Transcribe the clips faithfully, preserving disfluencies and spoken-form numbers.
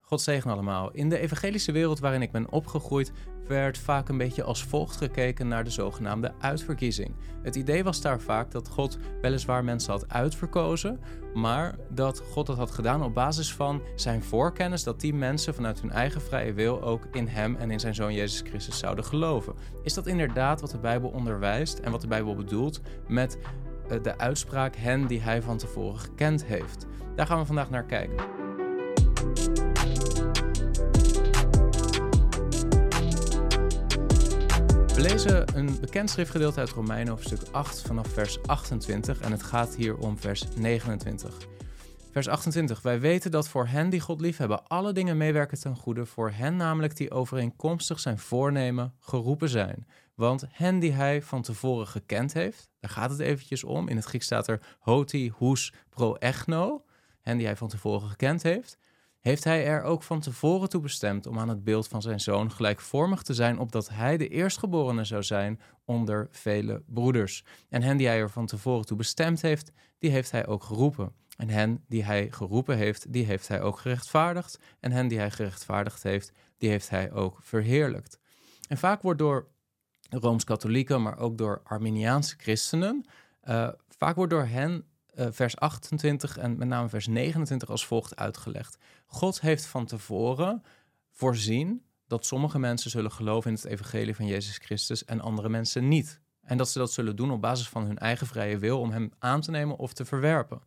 God zegen allemaal. In de evangelische wereld waarin ik ben opgegroeid, werd vaak een beetje als volgt gekeken naar de zogenaamde uitverkiezing. Het idee was daar vaak dat God weliswaar mensen had uitverkozen, maar dat God dat had gedaan op basis van zijn voorkennis, dat die mensen vanuit hun eigen vrije wil ook in hem en in zijn Zoon Jezus Christus zouden geloven. Is dat inderdaad wat de Bijbel onderwijst en wat de Bijbel bedoelt met de uitspraak hen die hij van tevoren gekend heeft? Daar gaan we vandaag naar kijken. We lezen een bekend schriftgedeelte uit Romeinen hoofdstuk acht vanaf vers achtentwintig en het gaat hier om vers negenentwintig. Vers achtentwintig. Wij weten dat voor hen die God liefhebben alle dingen meewerken ten goede, voor hen namelijk die overeenkomstig zijn voornemen geroepen zijn. Want hen die hij van tevoren gekend heeft, daar gaat het eventjes om. In het Grieks staat er hoti hous proechno, hen die hij van tevoren gekend heeft. Heeft hij er ook van tevoren toe bestemd om aan het beeld van zijn zoon gelijkvormig te zijn, opdat hij de eerstgeborene zou zijn onder vele broeders. En hen die hij er van tevoren toe bestemd heeft, die heeft hij ook geroepen. En hen die hij geroepen heeft, die heeft hij ook gerechtvaardigd. En hen die hij gerechtvaardigd heeft, die heeft hij ook verheerlijkt. En vaak wordt door Rooms-Katholieken, maar ook door Arminiaanse christenen, uh, vaak wordt door hen Uh, vers achtentwintig en met name vers negenentwintig als volgt uitgelegd. God heeft van tevoren voorzien dat sommige mensen zullen geloven in het evangelie van Jezus Christus en andere mensen niet. En dat ze dat zullen doen op basis van hun eigen vrije wil om hem aan te nemen of te verwerpen.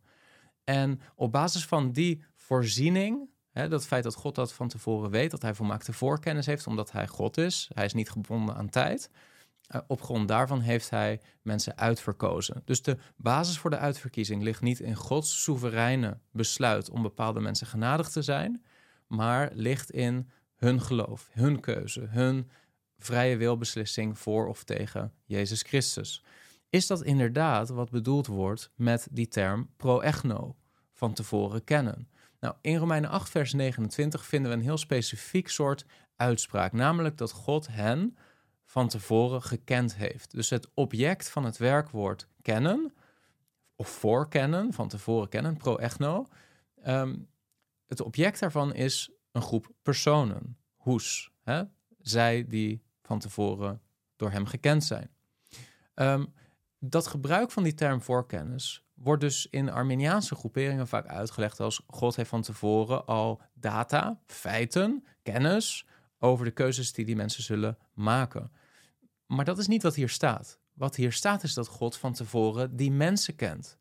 En op basis van die voorziening, hè, dat feit dat God dat van tevoren weet, dat hij volmaakte voorkennis heeft omdat hij God is, hij is niet gebonden aan tijd. Uh, op grond daarvan heeft hij mensen uitverkozen. Dus de basis voor de uitverkiezing ligt niet in Gods soevereine besluit om bepaalde mensen genadig te zijn, maar ligt in hun geloof, hun keuze, hun vrije wilbeslissing voor of tegen Jezus Christus. Is dat inderdaad wat bedoeld wordt met die term proechno, van tevoren kennen? Nou, in Romeinen acht vers negenentwintig vinden we een heel specifiek soort uitspraak, namelijk dat God hen van tevoren gekend heeft. Dus het object van het werkwoord kennen, of voorkennen, van tevoren kennen, proechno, um, het object daarvan is een groep personen, hous, hè? Zij die van tevoren door hem gekend zijn. Um, dat gebruik van die term voorkennis wordt dus in Arminiaanse groeperingen vaak uitgelegd als God heeft van tevoren al data, feiten, kennis over de keuzes die die mensen zullen maken. Maar dat is niet wat hier staat. Wat hier staat is dat God van tevoren die mensen kent.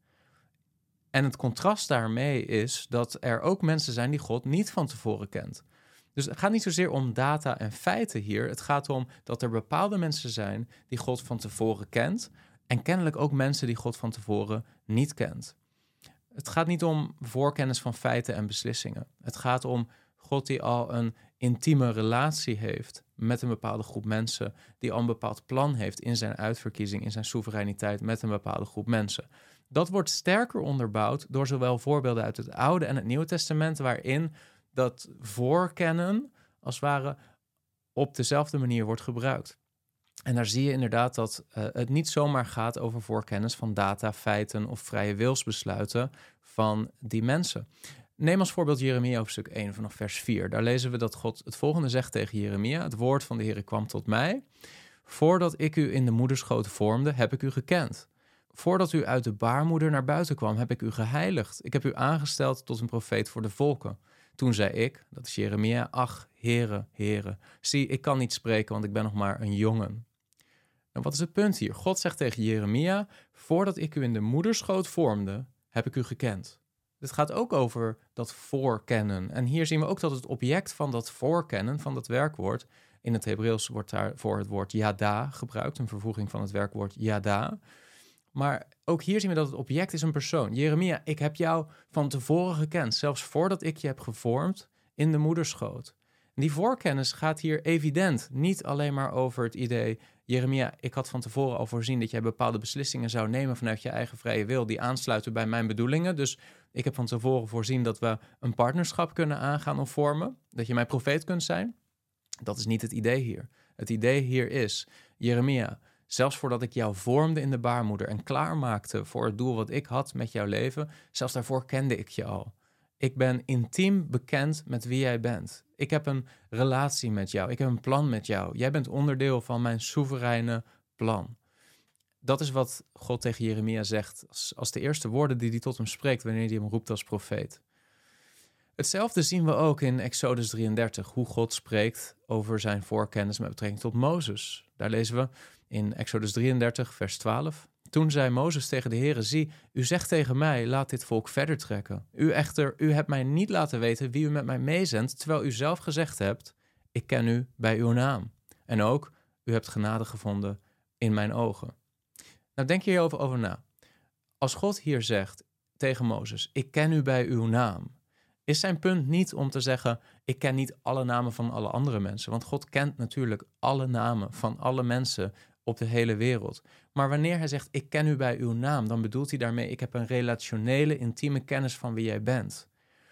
En het contrast daarmee is dat er ook mensen zijn die God niet van tevoren kent. Dus het gaat niet zozeer om data en feiten hier. Het gaat om dat er bepaalde mensen zijn die God van tevoren kent en kennelijk ook mensen die God van tevoren niet kent. Het gaat niet om voorkennis van feiten en beslissingen. Het gaat om God die al een intieme relatie heeft met een bepaalde groep mensen, die al een bepaald plan heeft in zijn uitverkiezing, in zijn soevereiniteit met een bepaalde groep mensen. Dat wordt sterker onderbouwd door zowel voorbeelden uit het Oude en het Nieuwe Testament, waarin dat voorkennen als het ware op dezelfde manier wordt gebruikt. En daar zie je inderdaad dat uh, het niet zomaar gaat over voorkennis van data, feiten of vrije wilsbesluiten van die mensen. Neem als voorbeeld Jeremia hoofdstuk één vanaf vers vier. Daar lezen we dat God het volgende zegt tegen Jeremia. Het woord van de Heere kwam tot mij. Voordat ik u in de moederschoot vormde, heb ik u gekend. Voordat u uit de baarmoeder naar buiten kwam, heb ik u geheiligd. Ik heb u aangesteld tot een profeet voor de volken. Toen zei ik, dat is Jeremia, ach, Heere, Heere, zie, ik kan niet spreken, want ik ben nog maar een jongen. Nou, wat is het punt hier? God zegt tegen Jeremia, voordat ik u in de moederschoot vormde, heb ik u gekend. Het gaat ook over dat voorkennen. En hier zien we ook dat het object van dat voorkennen, van dat werkwoord, in het Hebreeuws wordt daarvoor het woord yada gebruikt, een vervoeging van het werkwoord yada. Maar ook hier zien we dat het object is een persoon. Jeremia, ik heb jou van tevoren gekend, zelfs voordat ik je heb gevormd in de moederschoot. En die voorkennis gaat hier evident niet alleen maar over het idee, Jeremia, ik had van tevoren al voorzien dat jij bepaalde beslissingen zou nemen vanuit je eigen vrije wil, die aansluiten bij mijn bedoelingen. Dus ik heb van tevoren voorzien dat we een partnerschap kunnen aangaan of vormen, dat je mijn profeet kunt zijn. Dat is niet het idee hier. Het idee hier is, Jeremia, zelfs voordat ik jou vormde in de baarmoeder en klaarmaakte voor het doel wat ik had met jouw leven, zelfs daarvoor kende ik je al. Ik ben intiem bekend met wie jij bent. Ik heb een relatie met jou. Ik heb een plan met jou. Jij bent onderdeel van mijn soevereine plan. Dat is wat God tegen Jeremia zegt als, als de eerste woorden die hij tot hem spreekt wanneer hij hem roept als profeet. Hetzelfde zien we ook in Exodus drieëndertig, hoe God spreekt over zijn voorkennis met betrekking tot Mozes. Daar lezen we in Exodus drieëndertig, vers twaalf. Toen zei Mozes tegen de Heere, zie, u zegt tegen mij, laat dit volk verder trekken. U echter, u hebt mij niet laten weten wie u met mij meezendt, terwijl u zelf gezegd hebt, ik ken u bij uw naam. En ook, u hebt genade gevonden in mijn ogen. Nou, denk hierover over na. Als God hier zegt tegen Mozes, ik ken u bij uw naam, is zijn punt niet om te zeggen, ik ken niet alle namen van alle andere mensen. Want God kent natuurlijk alle namen van alle mensen op de hele wereld. Maar wanneer hij zegt, ik ken u bij uw naam, dan bedoelt hij daarmee, ik heb een relationele, intieme kennis van wie jij bent.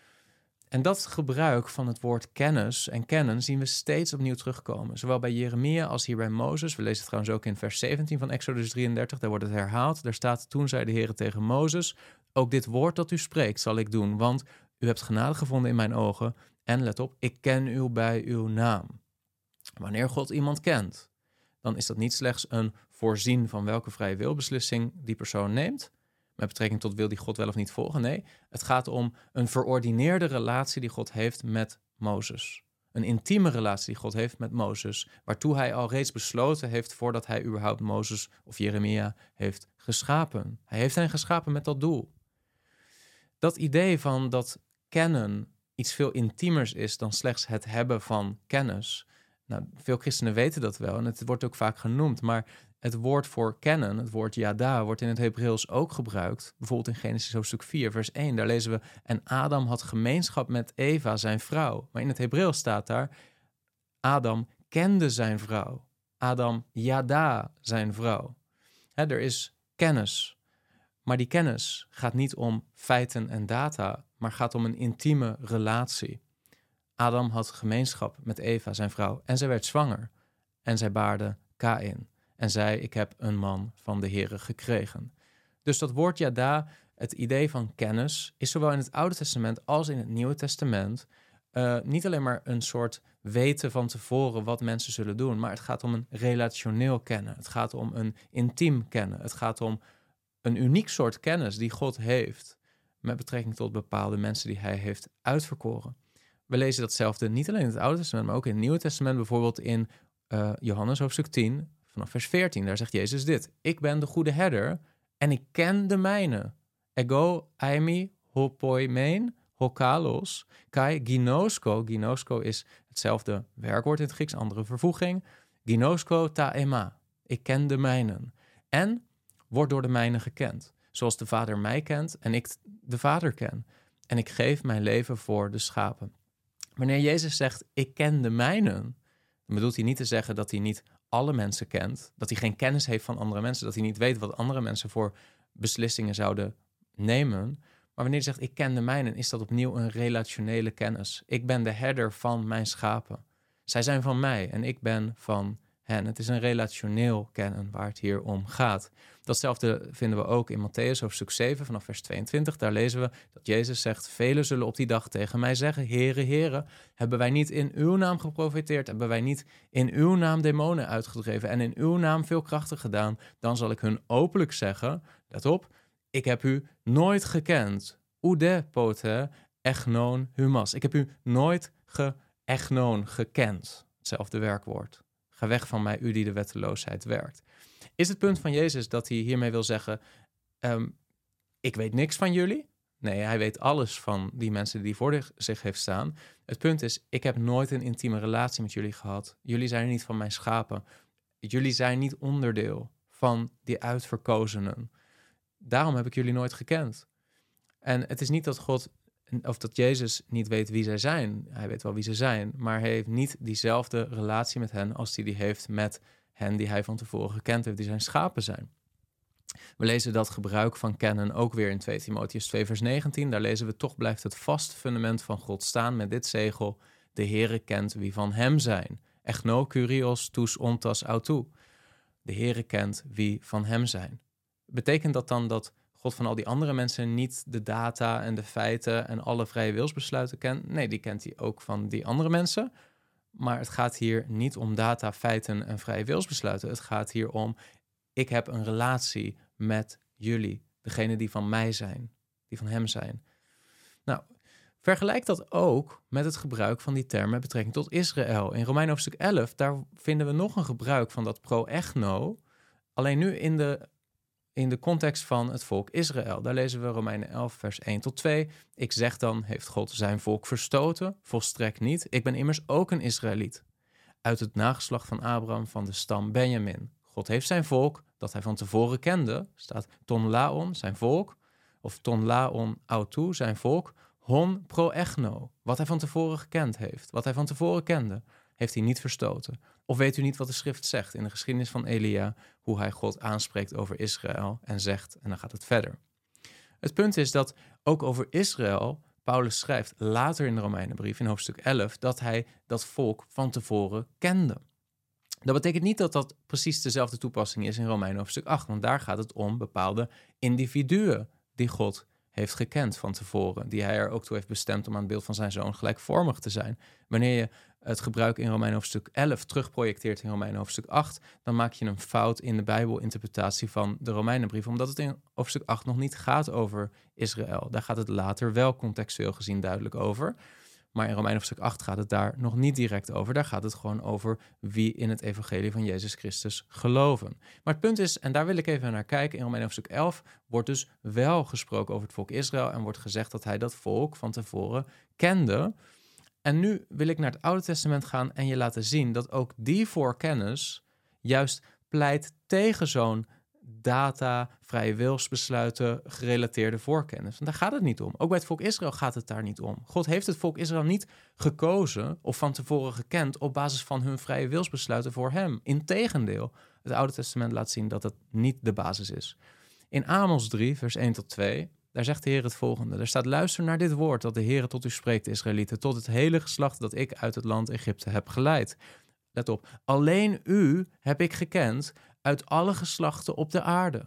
En dat gebruik van het woord kennis en kennen zien we steeds opnieuw terugkomen. Zowel bij Jeremia als hier bij Mozes. We lezen het trouwens ook in vers zeventien van Exodus drieëndertig. Daar wordt het herhaald. Daar staat, toen zei de Heere tegen Mozes, ook dit woord dat u spreekt zal ik doen, want u hebt genade gevonden in mijn ogen. En let op, ik ken u bij uw naam. Wanneer God iemand kent, dan is dat niet slechts een voorzien van welke vrije wilbeslissing die persoon neemt, met betrekking tot wil die God wel of niet volgen. Nee, het gaat om een verordineerde relatie die God heeft met Mozes. Een intieme relatie die God heeft met Mozes, waartoe hij al reeds besloten heeft voordat hij überhaupt Mozes of Jeremia heeft geschapen. Hij heeft hen geschapen met dat doel. Dat idee van dat kennen iets veel intiemers is dan slechts het hebben van kennis. Nou, veel christenen weten dat wel en het wordt ook vaak genoemd, maar het woord voor kennen, het woord yada, wordt in het Hebreeuws ook gebruikt. Bijvoorbeeld in Genesis hoofdstuk vier, vers één, daar lezen we, en Adam had gemeenschap met Eva, zijn vrouw. Maar in het Hebreeuws staat daar, Adam kende zijn vrouw. Adam yada, zijn vrouw. He, er is kennis. Maar die kennis gaat niet om feiten en data, maar gaat om een intieme relatie. Adam had gemeenschap met Eva, zijn vrouw, en zij werd zwanger. En zij baarde Kaïn. En zei, ik heb een man van de Heere gekregen. Dus dat woord yada, het idee van kennis, is zowel in het Oude Testament als in het Nieuwe Testament uh, niet alleen maar een soort weten van tevoren wat mensen zullen doen, maar het gaat om een relationeel kennen. Het gaat om een intiem kennen. Het gaat om een uniek soort kennis die God heeft met betrekking tot bepaalde mensen die hij heeft uitverkoren. We lezen datzelfde niet alleen in het Oude Testament, maar ook in het Nieuwe Testament, bijvoorbeeld in uh, Johannes hoofdstuk tien, vanaf vers veertien. Daar zegt Jezus dit, ik ben de goede herder en ik ken de mijne. Ego eimi hopoimein hokalos kai ginosko. Ginosko is hetzelfde werkwoord in het Grieks, andere vervoeging. Ginosko ta ema. Ik ken de mijnen. En word door de mijnen gekend. Zoals de Vader mij kent en ik de Vader ken. En ik geef mijn leven voor de schapen. Wanneer Jezus zegt, ik ken de mijnen, dan bedoelt hij niet te zeggen dat hij niet alle mensen kent, dat hij geen kennis heeft van andere mensen, dat hij niet weet wat andere mensen voor beslissingen zouden nemen. Maar wanneer hij zegt, ik ken de mijnen, is dat opnieuw een relationele kennis. Ik ben de herder van mijn schapen. Zij zijn van mij en ik ben van hen. Het is een relationeel kennen waar het hier om gaat. Datzelfde vinden we ook in Mattheüs hoofdstuk zeven vanaf vers tweeëntwintig. Daar lezen we dat Jezus zegt, velen zullen op die dag tegen mij zeggen, Heere, Heere, hebben wij niet in uw naam geprofeteerd? Hebben wij niet in uw naam demonen uitgedreven en in uw naam veel krachten gedaan? Dan zal ik hun openlijk zeggen, let op, ik heb u nooit gekend. Oude pote echnon humas. Ik heb u nooit geechnon gekend. Hetzelfde werkwoord. Ga weg van mij, u die de wetteloosheid werkt. Is het punt van Jezus dat hij hiermee wil zeggen, um, ik weet niks van jullie? Nee, hij weet alles van die mensen die voor zich heeft staan. Het punt is, ik heb nooit een intieme relatie met jullie gehad. Jullie zijn niet van mijn schapen. Jullie zijn niet onderdeel van die uitverkozenen. Daarom heb ik jullie nooit gekend. En het is niet dat God, of dat Jezus niet weet wie zij zijn. Hij weet wel wie ze zijn, maar hij heeft niet diezelfde relatie met hen als die hij heeft met hen die hij van tevoren gekend heeft, die zijn schapen zijn. We lezen dat gebruik van kennen ook weer in tweede Timotheüs twee vers negentien. Daar lezen we, toch blijft het vaste fundament van God staan met dit zegel. De Heere kent wie van hem zijn. Echno kurios tous ontas autou. De Heere kent wie van hem zijn. Betekent dat dan dat God van al die andere mensen niet de data en de feiten en alle vrije wilsbesluiten kent. Nee, die kent hij ook van die andere mensen. Maar het gaat hier niet om data, feiten en vrije wilsbesluiten. Het gaat hier om, ik heb een relatie met jullie. Degene die van mij zijn, die van hem zijn. Nou, vergelijk dat ook met het gebruik van die term met betrekking tot Israël. In Romeinen hoofdstuk elf, daar vinden we nog een gebruik van dat pro-echno. Alleen nu in de, in de context van het volk Israël. Daar lezen we Romeinen elf, vers één tot twee. Ik zeg dan, heeft God zijn volk verstoten? Volstrekt niet. Ik ben immers ook een Israëliet. Uit het nageslacht van Abraham van de stam Benjamin. God heeft zijn volk, dat hij van tevoren kende, staat ton laon, zijn volk, of ton laon autou, zijn volk, hon pro-echno, wat hij van tevoren gekend heeft, wat hij van tevoren kende, heeft hij niet verstoten. Of weet u niet wat de schrift zegt in de geschiedenis van Elia, hoe hij God aanspreekt over Israël en zegt, en dan gaat het verder. Het punt is dat ook over Israël, Paulus schrijft later in de Romeinenbrief in hoofdstuk elf, dat hij dat volk van tevoren kende. Dat betekent niet dat dat precies dezelfde toepassing is in Romeinen hoofdstuk acht, want daar gaat het om bepaalde individuen die God heeft gekend van tevoren, die hij er ook toe heeft bestemd om aan het beeld van zijn zoon gelijkvormig te zijn. Wanneer je het gebruik in Romeinen hoofdstuk elf terugprojecteert in Romeinen hoofdstuk acht, dan maak je een fout in de Bijbelinterpretatie van de Romeinenbrief, omdat het in hoofdstuk acht nog niet gaat over Israël. Daar gaat het later wel contextueel gezien duidelijk over. Maar in Romeinen hoofdstuk acht gaat het daar nog niet direct over. Daar gaat het gewoon over wie in het evangelie van Jezus Christus geloven. Maar het punt is, en daar wil ik even naar kijken, in Romeinen hoofdstuk elf wordt dus wel gesproken over het volk Israël en wordt gezegd dat hij dat volk van tevoren kende. En nu wil ik naar het Oude Testament gaan en je laten zien dat ook die voorkennis juist pleit tegen zo'n data, vrije wilsbesluiten, gerelateerde voorkennis. Want daar gaat het niet om. Ook bij het volk Israël gaat het daar niet om. God heeft het volk Israël niet gekozen of van tevoren gekend op basis van hun vrije wilsbesluiten voor hem. Integendeel, het Oude Testament laat zien dat het niet de basis is. In Amos drie, vers één tot twee, daar zegt de Heer het volgende. Daar staat, luister naar dit woord dat de Heer tot u spreekt, Israëlieten, tot het hele geslacht dat ik uit het land Egypte heb geleid. Let op, alleen u heb ik gekend uit alle geslachten op de aarde.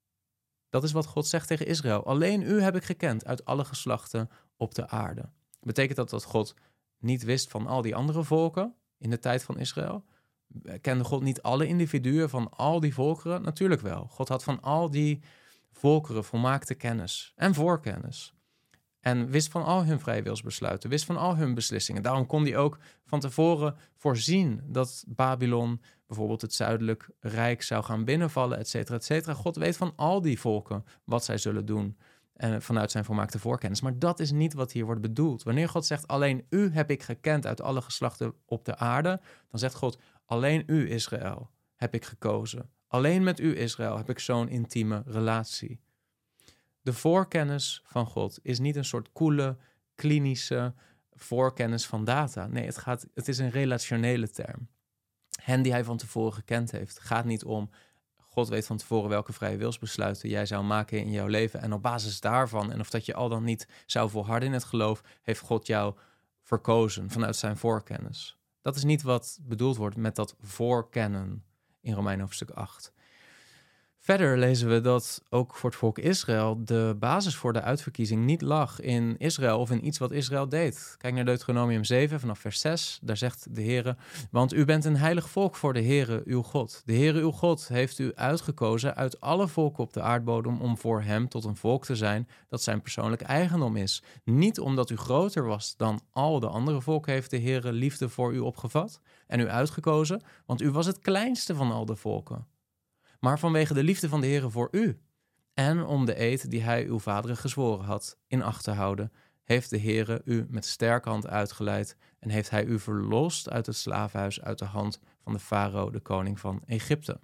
Dat is wat God zegt tegen Israël. Alleen u heb ik gekend uit alle geslachten op de aarde. Betekent dat dat God niet wist van al die andere volken in de tijd van Israël? Kende God niet alle individuen van al die volkeren? Natuurlijk wel. God had van al die volkeren volmaakte kennis en voorkennis. En wist van al hun vrijwilsbesluiten, wist van al hun beslissingen. Daarom kon hij ook van tevoren voorzien dat Babylon bijvoorbeeld het zuidelijk rijk zou gaan binnenvallen, et cetera, et cetera. God weet van al die volken wat zij zullen doen en vanuit zijn volmaakte voorkennis. Maar dat is niet wat hier wordt bedoeld. Wanneer God zegt, alleen u heb ik gekend uit alle geslachten op de aarde, dan zegt God, alleen u, Israël, heb ik gekozen. Alleen met u, Israël, heb ik zo'n intieme relatie. De voorkennis van God is niet een soort koele, klinische voorkennis van data. Nee, het, gaat, het is een relationele term. Hen die hij van tevoren gekend heeft, gaat niet om, God weet van tevoren welke vrije wilsbesluiten jij zou maken in jouw leven. En op basis daarvan, en of dat je al dan niet zou volharden in het geloof, heeft God jou verkozen vanuit zijn voorkennis. Dat is niet wat bedoeld wordt met dat voorkennen in Romeinen hoofdstuk acht. Verder lezen we dat ook voor het volk Israël de basis voor de uitverkiezing niet lag in Israël of in iets wat Israël deed. Kijk naar Deuteronomium zeven vanaf vers zes. Daar zegt de Heere, want u bent een heilig volk voor de Heere uw God. De Heere uw God heeft u uitgekozen uit alle volken op de aardbodem om voor hem tot een volk te zijn dat zijn persoonlijk eigendom is. Niet omdat u groter was dan al de andere volken heeft de Heere liefde voor u opgevat en u uitgekozen, want u was het kleinste van al de volken. Maar vanwege de liefde van de Heere voor u en om de eed die hij uw vaderen gezworen had in acht te houden, heeft de Heere u met sterke hand uitgeleid en heeft hij u verlost uit het slavenhuis uit de hand van de farao, de koning van Egypte.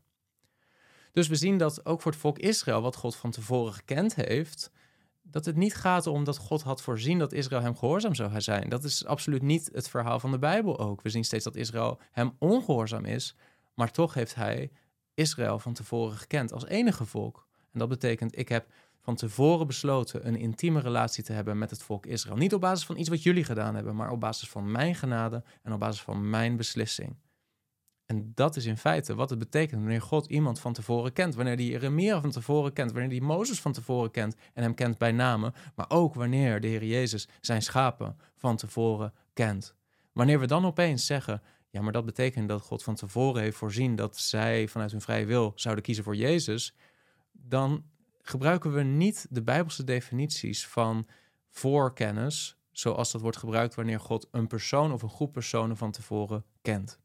Dus we zien dat ook voor het volk Israël, wat God van tevoren gekend heeft, dat het niet gaat om dat God had voorzien dat Israël hem gehoorzaam zou zijn. Dat is absoluut niet het verhaal van de Bijbel ook. We zien steeds dat Israël hem ongehoorzaam is, maar toch heeft hij Israël van tevoren gekend als enige volk. En dat betekent, ik heb van tevoren besloten een intieme relatie te hebben met het volk Israël. Niet op basis van iets wat jullie gedaan hebben, maar op basis van mijn genade en op basis van mijn beslissing. En dat is in feite wat het betekent wanneer God iemand van tevoren kent. Wanneer die Jeremia van tevoren kent. Wanneer die Mozes van tevoren kent en hem kent bij name. Maar ook wanneer de Heer Jezus zijn schapen van tevoren kent. Wanneer we dan opeens zeggen, ja, maar dat betekent dat God van tevoren heeft voorzien dat zij vanuit hun vrije wil zouden kiezen voor Jezus, dan gebruiken we niet de Bijbelse definities van voorkennis, zoals dat wordt gebruikt wanneer God een persoon of een groep personen van tevoren kent.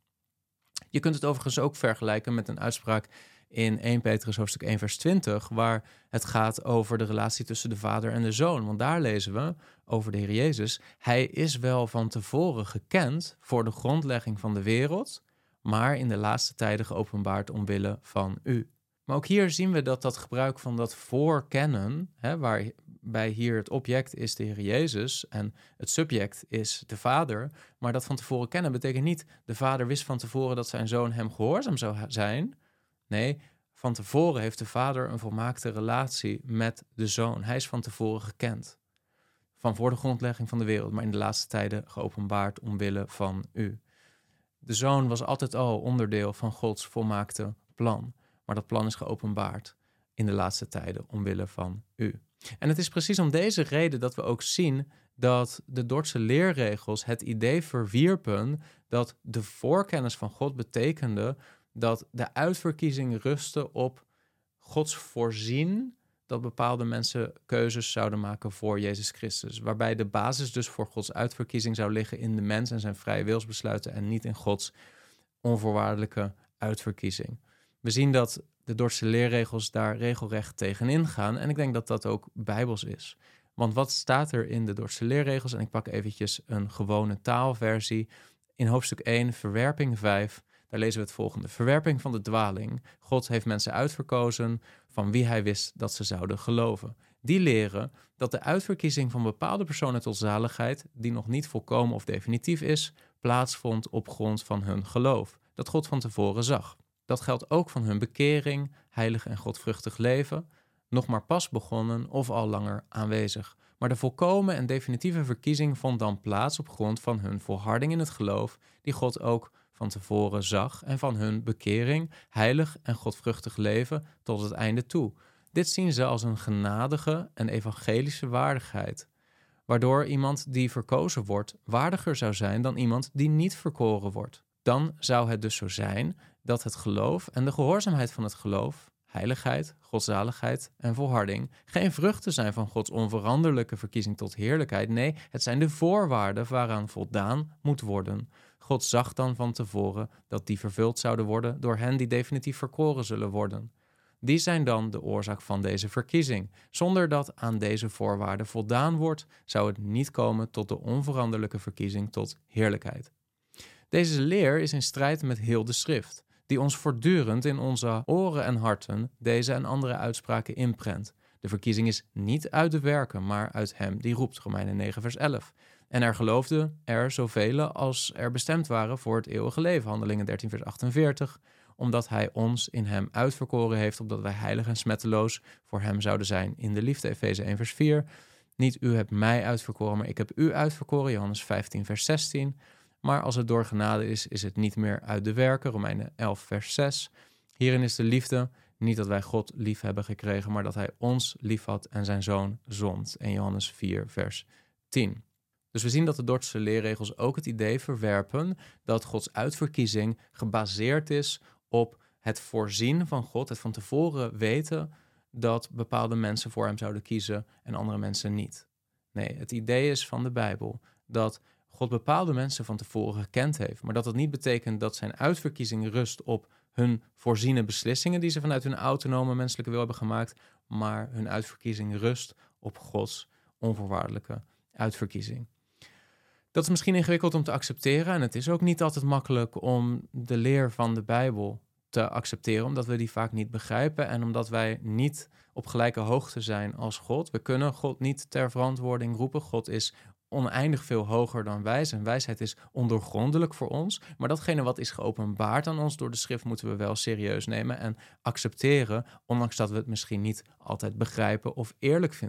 Je kunt het overigens ook vergelijken met een uitspraak in Eerste Petrus hoofdstuk één vers twintig, waar het gaat over de relatie tussen de vader en de zoon. Want daar lezen we over de Heer Jezus, hij is wel van tevoren gekend voor de grondlegging van de wereld, maar in de laatste tijden geopenbaard omwille van u. Maar ook hier zien we dat dat gebruik van dat voorkennen, hè, waarbij hier het object is de Heer Jezus en het subject is de Vader, maar dat van tevoren kennen betekent niet de Vader wist van tevoren dat zijn zoon hem gehoorzaam zou zijn. Nee, van tevoren heeft de Vader een volmaakte relatie met de Zoon. Hij is van tevoren gekend. Van voor de grondlegging van de wereld, maar in de laatste tijden geopenbaard omwille van u. De Zoon was altijd al onderdeel van Gods volmaakte plan. Maar dat plan is geopenbaard in de laatste tijden omwille van u. En het is precies om deze reden dat we ook zien dat de Dordtse leerregels het idee verwierpen dat de voorkennis van God betekende dat de uitverkiezing rustte op Gods voorzien dat bepaalde mensen keuzes zouden maken voor Jezus Christus. Waarbij de basis dus voor Gods uitverkiezing zou liggen in de mens en zijn vrije wilsbesluiten en niet in Gods onvoorwaardelijke uitverkiezing. We zien dat de Dordtse leerregels daar regelrecht tegenin gaan en ik denk dat dat ook bijbels is. Want wat staat er in de Dordtse leerregels? En ik pak eventjes een gewone taalversie. In hoofdstuk één, verwerping vijf, daar lezen we het volgende. Verwerping van de dwaling. God heeft mensen uitverkozen van wie hij wist dat ze zouden geloven. Die leren dat de uitverkiezing van bepaalde personen tot zaligheid, die nog niet volkomen of definitief is, plaatsvond op grond van hun geloof, dat God van tevoren zag. Dat geldt ook van hun bekering, heilig en godvruchtig leven, nog maar pas begonnen of al langer aanwezig. Maar de volkomen en definitieve verkiezing vond dan plaats op grond van hun volharding in het geloof, die God ook van tevoren zag, en van hun bekering, heilig en godvruchtig leven tot het einde toe. Dit zien ze als een genadige en evangelische waardigheid, waardoor iemand die verkozen wordt waardiger zou zijn dan iemand die niet verkoren wordt. Dan zou het dus zo zijn dat het geloof en de gehoorzaamheid van het geloof, heiligheid, godzaligheid en volharding, geen vruchten zijn van Gods onveranderlijke verkiezing tot heerlijkheid. Nee, het zijn de voorwaarden waaraan voldaan moet worden. God zag dan van tevoren dat die vervuld zouden worden door hen die definitief verkoren zullen worden. Die zijn dan de oorzaak van deze verkiezing. Zonder dat aan deze voorwaarden voldaan wordt, zou het niet komen tot de onveranderlijke verkiezing tot heerlijkheid. Deze leer is in strijd met heel de schrift, die ons voortdurend in onze oren en harten deze en andere uitspraken inprent. De verkiezing is niet uit de werken, maar uit hem die roept, Romeinen negen vers elf. En er geloofden er zoveel als er bestemd waren voor het eeuwige leven, Handelingen dertien vers achtenveertig, omdat hij ons in hem uitverkoren heeft, opdat wij heilig en smetteloos voor hem zouden zijn in de liefde, Efeze één vers vier. Niet u hebt mij uitverkoren, maar ik heb u uitverkoren, Johannes vijftien vers zestien. Maar als het door genade is, is het niet meer uit de werken, Romeinen elf vers zes. Hierin is de liefde, niet dat wij God lief hebben gekregen, maar dat hij ons lief had en zijn zoon zond, en Johannes vier vers tien. Dus we zien dat de Dordtse leerregels ook het idee verwerpen dat Gods uitverkiezing gebaseerd is op het voorzien van God, het van tevoren weten dat bepaalde mensen voor hem zouden kiezen en andere mensen niet. Nee, het idee is van de Bijbel dat God bepaalde mensen van tevoren gekend heeft, maar dat dat niet betekent dat zijn uitverkiezing rust op hun voorziene beslissingen die ze vanuit hun autonome menselijke wil hebben gemaakt, maar hun uitverkiezing rust op Gods onvoorwaardelijke uitverkiezing. Dat is misschien ingewikkeld om te accepteren en het is ook niet altijd makkelijk om de leer van de Bijbel te accepteren, omdat we die vaak niet begrijpen en omdat wij niet op gelijke hoogte zijn als God. We kunnen God niet ter verantwoording roepen. God is oneindig veel hoger dan wij. Zijn wijsheid is ondoorgrondelijk voor ons. Maar datgene wat is geopenbaard aan ons door de schrift moeten we wel serieus nemen en accepteren, ondanks dat we het misschien niet altijd begrijpen of eerlijk vinden.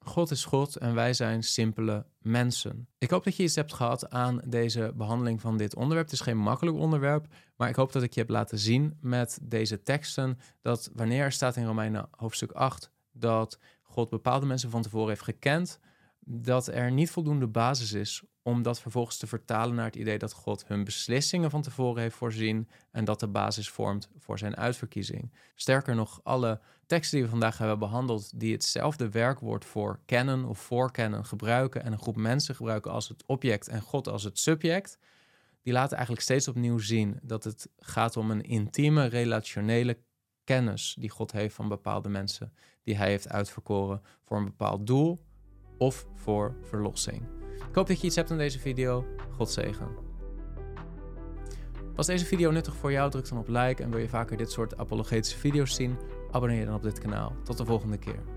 God is God en wij zijn simpele mensen. Ik hoop dat je iets hebt gehad aan deze behandeling van dit onderwerp. Het is geen makkelijk onderwerp, maar ik hoop dat ik je heb laten zien met deze teksten dat wanneer er staat in Romeinen hoofdstuk acht dat God bepaalde mensen van tevoren heeft gekend, dat er niet voldoende basis is om dat vervolgens te vertalen naar het idee dat God hun beslissingen van tevoren heeft voorzien en dat de basis vormt voor zijn uitverkiezing. Sterker nog, alle teksten die we vandaag hebben behandeld, die hetzelfde werkwoord voor kennen of voorkennen gebruiken en een groep mensen gebruiken als het object en God als het subject, die laten eigenlijk steeds opnieuw zien dat het gaat om een intieme, relationele kennis die God heeft van bepaalde mensen die hij heeft uitverkoren voor een bepaald doel of voor verlossing. Ik hoop dat je iets hebt aan deze video. God zegen. Was deze video nuttig voor jou? Druk dan op like en wil je vaker dit soort apologetische video's zien? Abonneer je dan op dit kanaal. Tot de volgende keer.